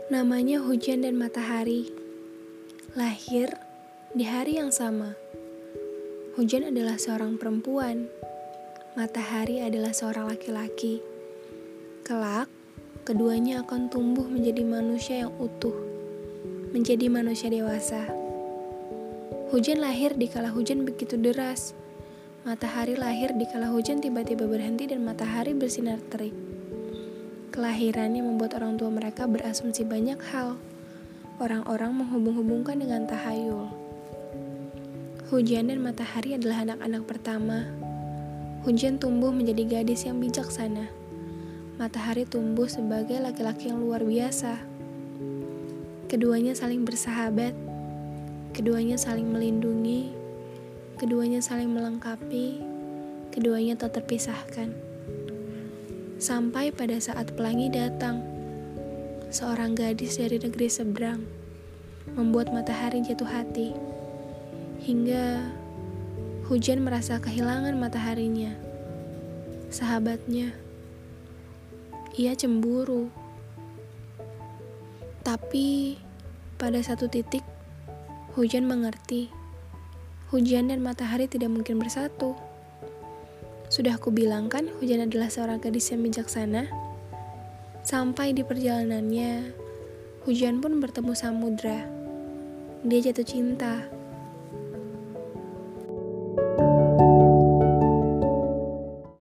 Namanya hujan dan matahari, lahir di hari yang sama. Hujan adalah seorang perempuan, matahari adalah seorang laki-laki. Kelak, keduanya akan tumbuh menjadi manusia yang utuh, menjadi manusia dewasa. Hujan lahir dikala hujan begitu deras. Matahari lahir dikala hujan tiba-tiba berhenti dan matahari bersinar terik. Kelahirannya membuat orang tua mereka berasumsi banyak hal. Orang-orang menghubung-hubungkan dengan tahayul. Hujan dan matahari adalah anak-anak pertama. Hujan tumbuh menjadi gadis yang bijaksana. Matahari tumbuh sebagai laki-laki yang luar biasa. Keduanya saling bersahabat. Keduanya saling melindungi. Keduanya saling melengkapi. Keduanya tak terpisahkan. Sampai pada saat pelangi datang, seorang gadis dari negeri seberang membuat matahari jatuh hati, hingga hujan merasa kehilangan mataharinya, sahabatnya. Ia cemburu. Tapi pada satu titik, hujan mengerti. Hujan dan matahari tidak mungkin bersatu. Sudah kubilang kan, hujan adalah seorang gadis yang bijaksana. Sampai di perjalanannya, hujan pun bertemu samudra. Dia jatuh cinta.